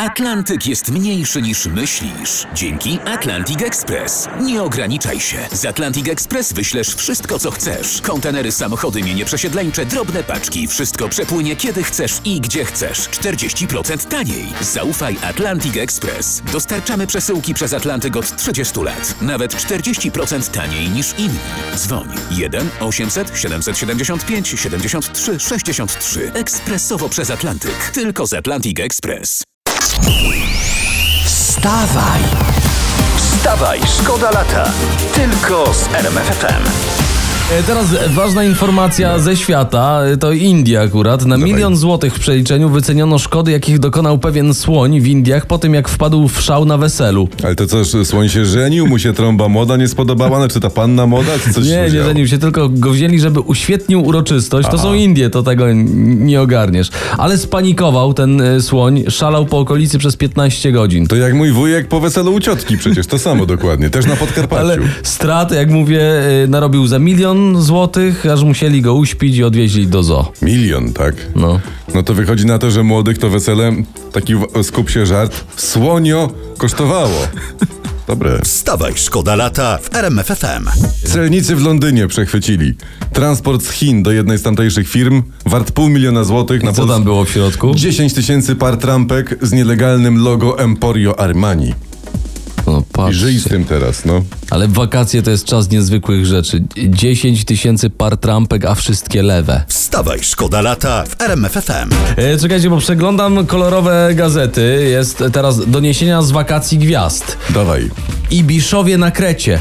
Atlantyk jest mniejszy niż myślisz. Dzięki Atlantic Express. Nie ograniczaj się. Z Atlantic Express wyślesz wszystko, co chcesz. Kontenery, samochody, mienie przesiedleńcze, drobne paczki. Wszystko przepłynie kiedy chcesz i gdzie chcesz. 40% taniej. Zaufaj Atlantic Express. Dostarczamy przesyłki przez Atlantyk od 30 lat. Nawet 40% taniej niż inni. Dzwoń 1 800 775 73 63. Ekspresowo przez Atlantyk. Tylko z Atlantic Express. Wstawaj! Wstawaj, szkoda lata. Tylko z RMF FM. Teraz ważna informacja ze świata, to Indie akurat. Na 1 000 000 złotych w przeliczeniu wyceniono szkody, jakich dokonał pewien słoń w Indiach po tym, jak wpadł w szał na weselu. Ale to co, słoń się żenił, mu się trąba moda nie spodobała, czy ta panna moda, czy coś Nie żenił się, tylko go wzięli, żeby uświetnił uroczystość. To są Indie, to tego nie ogarniesz. Ale spanikował ten słoń, szalał po okolicy przez 15 godzin. To jak mój wujek po weselu u ciotki przecież, to samo dokładnie, też na Podkarpaciu. Ale straty, jak mówię, narobił za 1 000 000 złotych, aż musieli go uśpić i odwieźli do zoo. 1 000 000, tak? No to wychodzi na to, że młodych to wesele, taki skup się żart, słonio kosztowało. Dobre. Wstawaj, szkoda lata w RMF FM. Celnicy w Londynie przechwycili transport z Chin do jednej z tamtejszych firm, wart 500 000 złotych. Co tam było w środku? 10 000 par trampek z nielegalnym logo Emporio Armani. No, I patrzcie. żyj z tym teraz, no. Ale wakacje to jest czas niezwykłych rzeczy. 10 000 par trampek, a wszystkie lewe. Wstawaj, szkoda lata w RMF FM. Czekajcie, bo przeglądam kolorowe gazety. Jest teraz doniesienia z wakacji gwiazd. Dawaj. Ibiszowie na Krecie.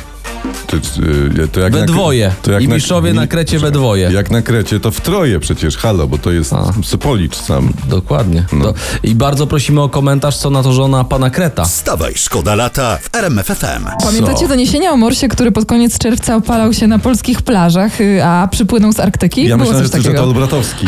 To jak We dwoje. Ibiszowie na Krecie we dwoje. Jak na Krecie, to w troje przecież, halo, bo to jest Policz sam. Dokładnie. No. I bardzo prosimy o komentarz, co na to żona pana Kreta. Wstawaj, szkoda lata w RMF FM. Pamiętacie doniesienia o morsie, który pod koniec czerwca opalał się na polskich plażach, a przypłynął z Arktyki? Ja Było myślałem, coś że to takiego. Olbratowski.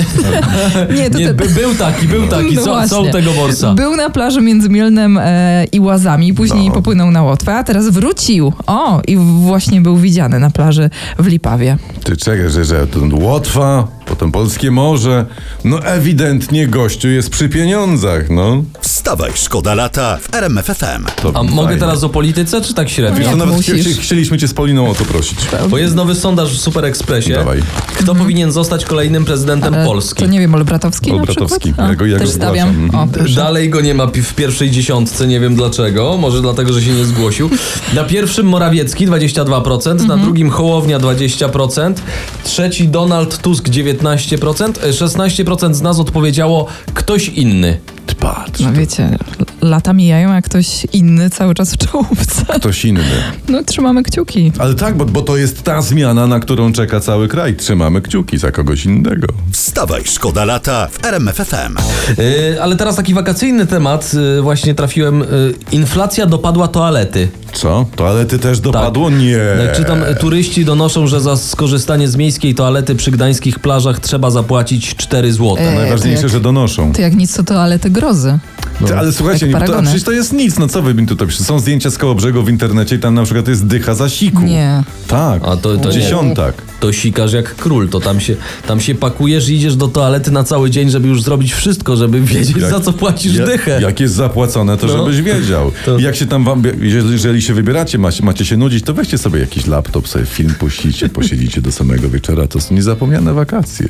Nie, to Nie, był taki. No Są właśnie. tego morsa. Był na plaży między Mielnem i Łazami, później popłynął na Łotwę, a teraz wrócił. I właśnie był widziany na plaży w Lipawie. Ty czekaj, że to Łotwa, potem Polskie Morze. No ewidentnie gościu jest przy pieniądzach, no. Wstawaj, szkoda lata w RMF FM. To A mogę fajnie. teraz o polityce, czy tak średnio? Wiesz, to Jak nawet musisz. chcieliśmy cię z Poliną o to prosić. Bo jest nowy sondaż w Super Expressie. Dawaj. Kto powinien zostać kolejnym prezydentem Polski? To nie wiem, Olbratowski na Olbratowski. przykład? Ja go też stawiam. zgłaszam. O, proszę. Dalej go nie ma w pierwszej dziesiątce, nie wiem dlaczego. Może dlatego, że się nie zgłosił. Na pierwszym Morawiecki 22%, na drugim Hołownia 20%, trzeci Donald Tusk 19%, 16% z nas odpowiedziało ktoś inny. Patrz, No wiecie, lata mijają, a ktoś inny cały czas w czołówce. ktoś inny. No trzymamy kciuki. Ale tak, bo to jest ta zmiana, na którą czeka cały kraj. Trzymamy kciuki za kogoś innego. Wstawaj, szkoda lata w RMF FM. Ale teraz taki wakacyjny temat. Właśnie trafiłem. Inflacja dopadła toalety. Co? Toalety też dopadło? Nie. Jak czytam, turyści donoszą, że za skorzystanie z miejskiej toalety przy gdańskich plażach trzeba zapłacić 4 zł. Najważniejsze, to jak- że donoszą. To jak nic, to toalety grozy. Ale słuchajcie, jak to, paragony. przecież to jest nic, no co wy mi tutaj piszecie? Są zdjęcia z Kołobrzegu w internecie i tam na przykład jest dycha za siku. Nie. Tak, A to nie. dziesiątak. To sikasz jak król, to tam się pakujesz i idziesz do toalety na cały dzień, żeby już zrobić wszystko, żeby wiedzieć, za co płacisz dychę. Jak jest zapłacone, to No. żebyś wiedział. To- I jak się tam jeżeli się wybieracie, macie się nudzić, to weźcie sobie jakiś laptop, sobie film puścicie, posiedzicie do samego wieczora. To są niezapomniane wakacje.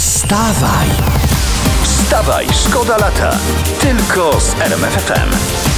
Wstawaj! Wstawaj, szkoda lata. Tylko z RMF FM.